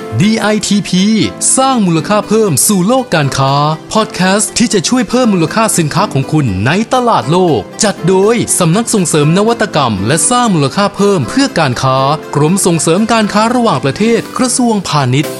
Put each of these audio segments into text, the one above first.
DITP สร้างมูลค่าเพิ่มสู่โลกการค้าพอดแคสต์ที่จะช่วยเพิ่มมูลค่าสินค้าของคุณในตลาดโลกจัดโดยสำนักส่งเสริมนวัตกรรมและสร้างมูลค่าเพิ่มเพื่อการค้ากรมส่งเสริมการค้าระหว่างประเทศกระทรวงพาณิชย์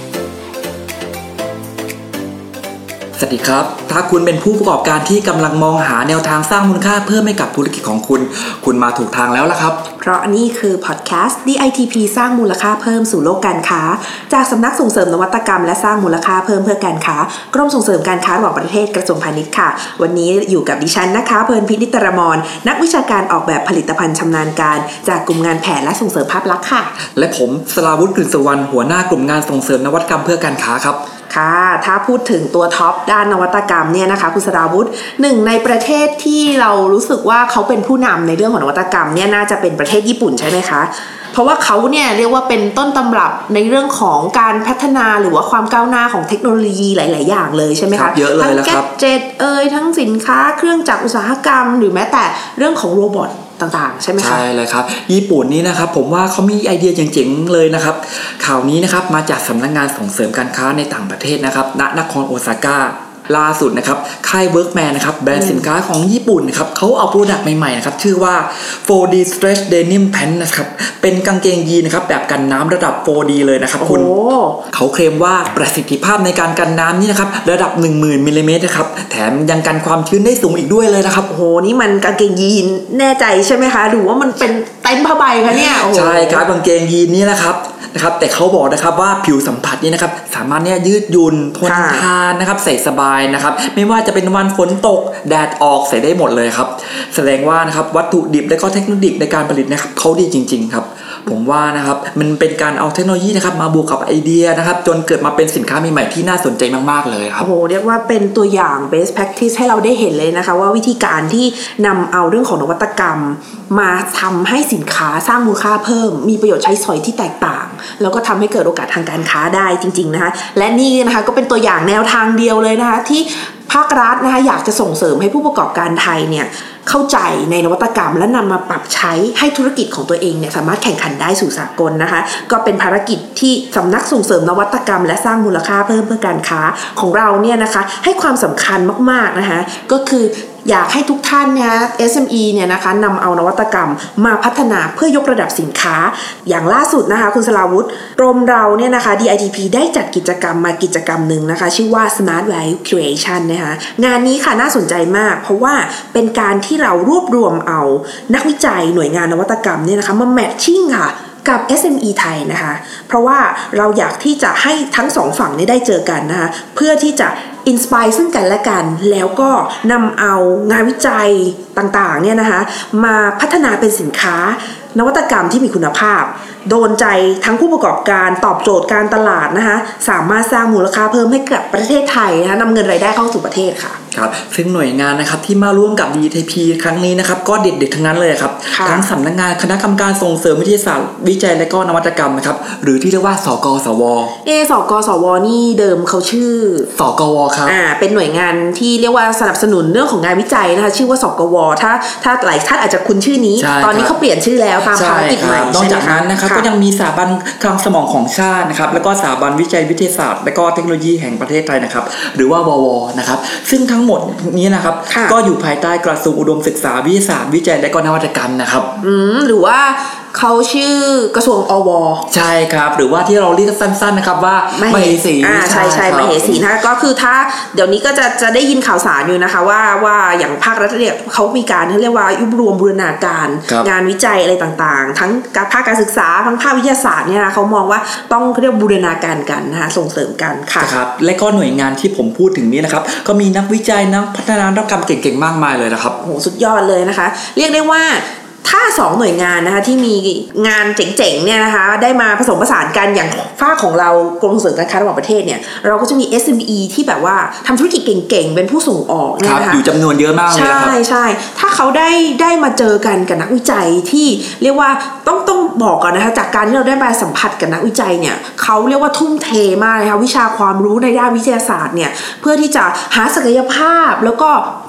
สวัสดีครับถ้าคุณเป็นผู้ประกอบการที่กำลังมองหาแนวทางสร้างมูลค่าเพิ่มให้กับธุรกิจของคุณมาถูกทางแล้วล่ะครับเพราะนี่คือพอดแคสต์ DITP สร้างมูลค่าเพิ่มสู่โลกการค้าจากสำนักส่งเสริมนวัตกรรมและสร้างมูลค่าเพิ่มเพื่อการค้ากรมส่งเสริมการค้าระหว่างประเทศกระทรวงพาณิชย์ค่ะวันนี้อยู่กับดิฉันนะคะเพลินพินิจตรมรนักวิชาการออกแบบผลิตภัณฑ์ชำนาญการจากกลุ่มงานแผนและส่งเสริมภาพลักษณ์ค่ะและผมสราวุฒิ กฤษวรรณหัวหน้ากลุ่มงานส่งเสริมนวัตกรรมเพื่อการค้าครับค่ะถ้าพูดถึงตัวท็อปด้านนวัตกรรมเนี่ยนะคะคุณสราวุฒิหนึ่งในประเทศที่เรารู้สึกว่าเขาเป็นผู้นำในเรื่องของนวัตกรรมเนี่ยน่าจะเป็นประเทศญี่ปุ่นใช่ไหมคะเพราะว่าเขาเนี่ยเรียกว่าเป็นต้นตำรับในเรื่องของการพัฒนาหรือว่าความก้าวหน้าของเทคโนโลยีหลายๆอย่างเลยใช่ไหมคะเยอะเลยแล้วครับทั้งแกดเจ็ตทั้งสินค้าเครื่องจักรอุตสาหกรรมหรือแม้แต่เรื่องของโรบอทต่างๆใช่ไหมคะใช่เลยครับญี่ปุ่นนี่นะครับผมว่าเขามีไอเดียเจ๋งๆเลยนะครับข่าวนี้นะครับมาจากสำนักงานส่งเสริมการค้าในต่างประเทศนะครับณนครโอซาก้าล่าสุดนะครับค่ายเวิร์กแมนนะครับแบรนด์สินค้าของญี่ปุ่นนะครับเขาเอาโปรดักต์ใหม่ๆนะครับชื่อว่า 4D Stretch Denim Pant นะครับเป็นกางเกงยีนนะครับแบบกันน้ำระดับ 4D เลยนะครับคุณเขาเคลมว่าประสิทธิภาพในการกันน้ำนี่นะครับระดับ 10,000 มิลลิเมตรนะครับแถมยังกันความชื้นได้สูงอีกด้วยเลยนะครับโอ้โหนี่มันกางเกงยีนแน่ใจใช่ไหมคะหรือว่ามันเป็นเต็นท์ผ้าใบคะเนี่ยใช่ครับกางเกงยีนนี่แหละครับแต่เขาบอกนะครับว่าผิวสัมผัสนี่นะครับสามารถเนี่ยยืดหยุ่นทนทานนะครับใส่สบายนะครับไม่ว่าจะเป็นวันฝนตกแดดออกใส่ได้หมดเลยครับแสดงว่านะครับวัตถุดิบและก็เทคโนโลยีในการผลิตนะครับเขาดีจริงๆครับผมว่านะครับมันเป็นการเอาเทคโนโลยีนะครับมาบวกกับไอเดียนะครับจนเกิดมาเป็นสินค้าใหม่ๆที่น่าสนใจมากๆเลยครับโอ้โหเรียกว่าเป็นตัวอย่าง best practice ให้เราได้เห็นเลยนะคะว่าวิธีการที่นำเอาเรื่องของนวัตกรรมมาทำให้สินค้าสร้างมูลค่าเพิ่มมีประโยชน์ใช้สอยที่แตกต่างแล้วก็ทำให้เกิดโอกาสทางการค้าได้จริงๆนะคะและนี่นะคะก็เป็นตัวอย่างแนวทางเดียวเลยนะคะที่ภาครัฐนะคะอยากจะส่งเสริมให้ผู้ประกอบการไทยเนี่ยเข้าใจในนวัตกรรมและนำมาปรับใช้ให้ธุรกิจของตัวเองเนี่ยสามารถแข่งขันได้สู่สากลนะคะก็เป็นภารกิจที่สำนักส่งเสริมนวัตกรรมและสร้างมูลค่าเพิ่มเพื่อการค้าของเราเนี่ยนะคะให้ความสำคัญมากๆนะคะก็คืออยากให้ทุกท่านนะ SME เนี่ยนะคะนำเอานวัตกรรมมาพัฒนาเพื่อยกระดับสินค้าอย่างล่าสุดนะคะคุณสราวุฒิกรมเราเนี่ยนะคะ DITP ได้จัดกิจกรรมมากิจกรรมหนึ่งนะคะชื่อว่า Smart Value Creation นะคะงานนี้ค่ะน่าสนใจมากเพราะว่าเป็นการที่เรารวบรวมเอานักวิจัยหน่วยงานนวัตกรรมเนี่ยนะคะมาแมทชิ่งค่ะกับ SME ไทยนะคะเพราะว่าเราอยากที่จะให้ทั้งสองฝั่งนี้ได้เจอกันนะคะเพื่อที่จะอินสไปร์ซึ่งกันและกันแล้วก็นำเอางานวิจัยต่างๆเนี่ยนะคะมาพัฒนาเป็นสินค้านวัตกรรมที่มีคุณภาพโดนใจทั้งผู้ประกอบการตอบโจทย์การตลาดนะคะสามารถสร้างมูลค่าเพิ่มให้กับประเทศไทยนะคะนำเงินรายได้เข้าสู่ประเทศค่ะครับซึ่งหน่วยงานนะครับที่มาร่วมกับ DITP ครั้งนี้นะครับก็เด็ดๆทั้งนั้นเลยครับทั้งสำนักงานคณะกรรมการส่งเสริมวิทยาศาสตร์วิจัยและก็นวัตกรรมนะครับหรือที่เรียกว่าสกสวสกสวนี่เดิมเขาชื่อสกวครับเป็นหน่วยงานที่เรียกว่าสนับสนุนเรื่องของงานวิจัยนะคะชื่อว่าสกวถ้าหลายท่านอาจจะคุ้นชื่อนี้ตอนนี้เขาเปลี่ยนชื่อแล้วตามภารกิจใหม่นอกจากนั้นนะครับก็ยังมีสถาบันคลังสมองของชาตินะครับแล้วก็สถาบันวิจัยวิทยาศาสตร์และก็เทคโนโลยีแห่งประเทศไทยนะครับหรือว่าววนะครับซึ่งทั้งหมดนี้นะครับก็อยู่ภายใต้กระทรวงอุดมศึกษาวิทยาศาสตร์วิจัยและก็นวัตกรรมนะครับหรือว่าเขาชื่อกระทรวงอว. ใช่ครับหรือว่าที่เราเรียกสั้นๆนะครับว่ามเหสีใช่มเหสีนะคะก็คือถ้าเดี๋ยวนี้ก็จะได้ยินข่าวสารอยู่นะคะว่าอย่างภาครัฐเนี่ยเขามีการเรียกว่ายุบรวมบูรณาการงานวิจัยอะไรต่างๆทั้งภาคการศึกษาทั้งภาควิทยาศาสตร์เนี่ยนะเขามองว่าต้องเรียกบูรณาการกันนะคะส่งเสริมกันค่ะครับและก็หน่วยงานที่ผมพูดถึงนี้นะครับก็มีนักวิจัยนักพัฒนานวัตกรรมเก่งๆมากมายเลยนะครับโหสุดยอดเลยนะคะเรียกได้ว่าถ้า2หน่วยงานนะคะที่มีงานเจ๋งๆเนี่ยนะคะได้มาผสมผสานกันอย่างฝ้าของเรากรมส่งเสริมการค้าระหว่างประเทศเนี่ยเราก็จะมี SME ที่แบบว่าทำธุรกิจเก่งๆเป็นผู้ส่งออกเนี่ยนะคะอยู่จำนวนเยอะมากเลยครับใช่ถ้าเขาได้มาเจอกันกับนักวิจัยที่เรียกว่าต้องบอกก่อนนะคะจากการที่เราได้มาสัมผัสกับนักวิจัยเนี่ยเขาเรียกว่าทุ่มเทมากเลยค่ะวิชาความรู้ในด้านวิทยาศาสตร์เนี่ยเพื่อที่จะหาศักยภาพแล้วก็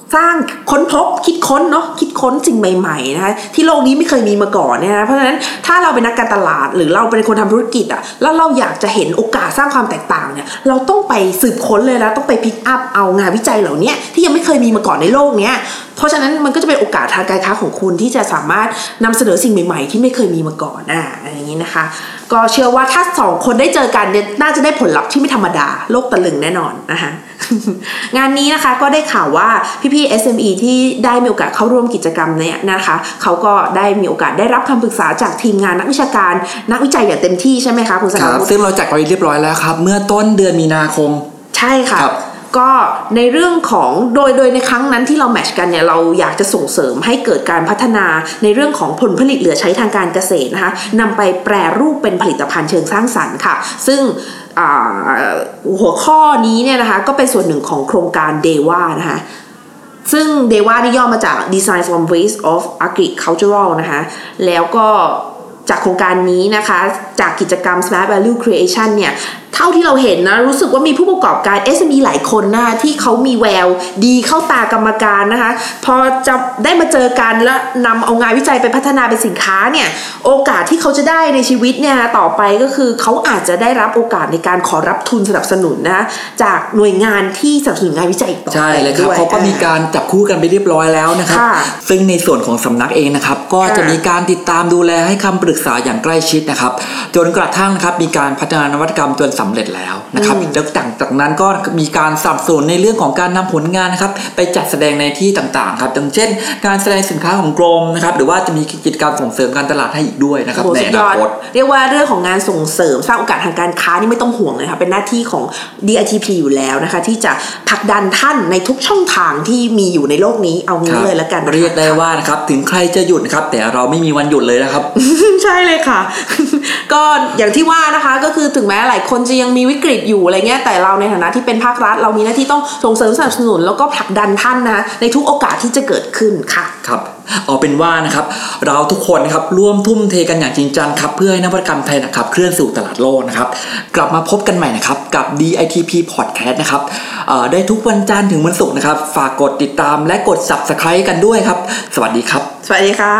สร้างค้นพบคิดค้นสิ่งใหม่ๆนะคะที่โลกนี้ไม่เคยมีมาก่อนเนี่ยนะเพราะฉะนั้นถ้าเราเป็นนักการตลาดหรือเราเป็นคนทำธุรกิจแล้วเราอยากจะเห็นโอกาสสร้างความแตกต่างเนี่ยเราต้องไปสืบค้นเลยนะต้องไปพิกอัพเอางานวิจัยเหล่านี้ที่ยังไม่เคยมีมาก่อนในโลกนี้เพราะฉะนั้นมันก็จะเป็นโอกาสทางการค้าของคุณที่จะสามารถนำเสนอสิ่งใหม่ๆที่ไม่เคยมีมาก่อนอย่างนี้นะคะก็เชื่อว่าถ้า2คนได้เจอกันเนี่ยน่าจะได้ผลลัพธ์ที่ไม่ธรรมดาโลกตะลึงแน่นอนนะคะ งานนี้นะคะก็ได้ข่าวว่าพี่ๆ SME ที่ได้มีโอกาสเข้าร่วมกิจกรรมเนี่ยนะคะเขาก็ได้มีโอกาสได้รับคำปรึกษาจากทีมงานนักวิชาการนักวิจัยอย่างเต็มที่ใช่ไหมคะคุณสราวุฒิซึ่งเราจัดไปเรียบร้อยแล้วครับเมื่อต้นเดือนมีนาคมใช่ค่ะก็ในเรื่องของโดยในครั้งนั้นที่เราแมทช์กันเนี่ยเราอยากจะส่งเสริมให้เกิดการพัฒนาในเรื่องของผลผลิตเหลือใช้ทางการเกษตรนะคะนำไปแปรรูปเป็นผลิตภัณฑ์เชิงสร้างสรรค์ค่ะซึ่งหัวข้อนี้เนี่ยนะคะก็เป็นส่วนหนึ่งของโครงการ DEWA นะคะซึ่ง DEWA นี่ย่อมาจาก Design from Waste of Agricultural นะคะแล้วก็จากโครงการนี้นะคะจากกิจกรรม Smart Value Creation เนี่ยเท่าที่เราเห็นนะรู้สึกว่ามีผู้ประกอบการ SME หลายคนนะที่เขามีแววดีเข้าตากรรมการนะคะพอจะได้มาเจอกันแล้วนำเอางานวิจัยไปพัฒนาเป็นสินค้าเนี่ยโอกาสที่เขาจะได้ในชีวิตเนี่ยต่อไปก็คือเขาอาจจะได้รับโอกาสในการขอรับทุนสนับสนุนนะจากหน่วยงานที่สนับสนุนงานวิจัยต่อไปใช่เลยครับเขาก็มีการจับคู่กันไปเรียบร้อยแล้วนะครับซึ่งในส่วนของสำนักเองนะครับก็จะมีการติดตามดูแลให้คำปรึกษาอย่างใกล้ชิดนะครับจนกระทั่งนะครับมีการพัฒนานวัตกรรมจนสำเร็จแล้วนะครับแล้วจากนั้นก็มีการสนับสนุนในเรื่องของการนำผลงานนะครับไปจัดแสดงในที่ต่างๆครับอย่างเช่นการแสดงสินค้าของกรมนะครับหรือว่าจะมีกิจกรรมส่งเสริมการตลาดให้อีกด้วยนะครับในอนาคตเรียกว่าเรื่องของงานส่งเสริมสร้างโอกาสทางการค้านี่ไม่ต้องห่วงเลยค่ะเป็นหน้าที่ของ DITP อยู่แล้วนะคะที่จะผลักดันท่านในทุกช่องทางที่มีอยู่ในโลกนี้เอางี้เลยแล้วกันเรียกได้ว่านะครับถึงใครจะหยุดนะครับแต่เราไม่มีวันหยุดเลยนะครับใช่เลยค่ะ ก็อย่างที่ว่านะคะก็คือถึงแม้หลายคนจะยังมีวิกฤตอยู่อะไรเงี้ยแต่เราในฐานะที่เป็นภาครัฐเรามีหน้าที่ต้องส่งเสริมสนับสนุนแล้วก็ผลักดันท่านนะในทุกโอกาสที่จะเกิดขึ้นค่ะครับเอาเป็นว่านะครับเราทุกคนนะครับร่วมทุ่มเทกันอย่างจริงจังครับเพื่อให้นวัตกรรมไทยนะครับเคลื่อนสู่ตลาดโลกนะครับกลับมาพบกันใหม่นะครับกับ DITP Podcast นะครับได้ทุกวันจันทร์ถึงวันศุกร์นะครับฝากกดติดตามและกด Subscribe กันด้วยครับสวัสดีครับสวัสดีค่ะ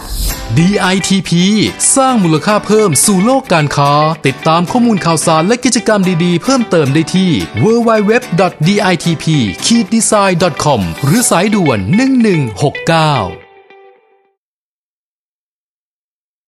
DITP สร้างมูลค่าเพิ่มสู่โลกการค้าติดตามข้อมูลข่าวสารและกิจกรรมดีๆเพิ่มเติมได้ที่ www.ditp-design.com หรือสายด่วน1169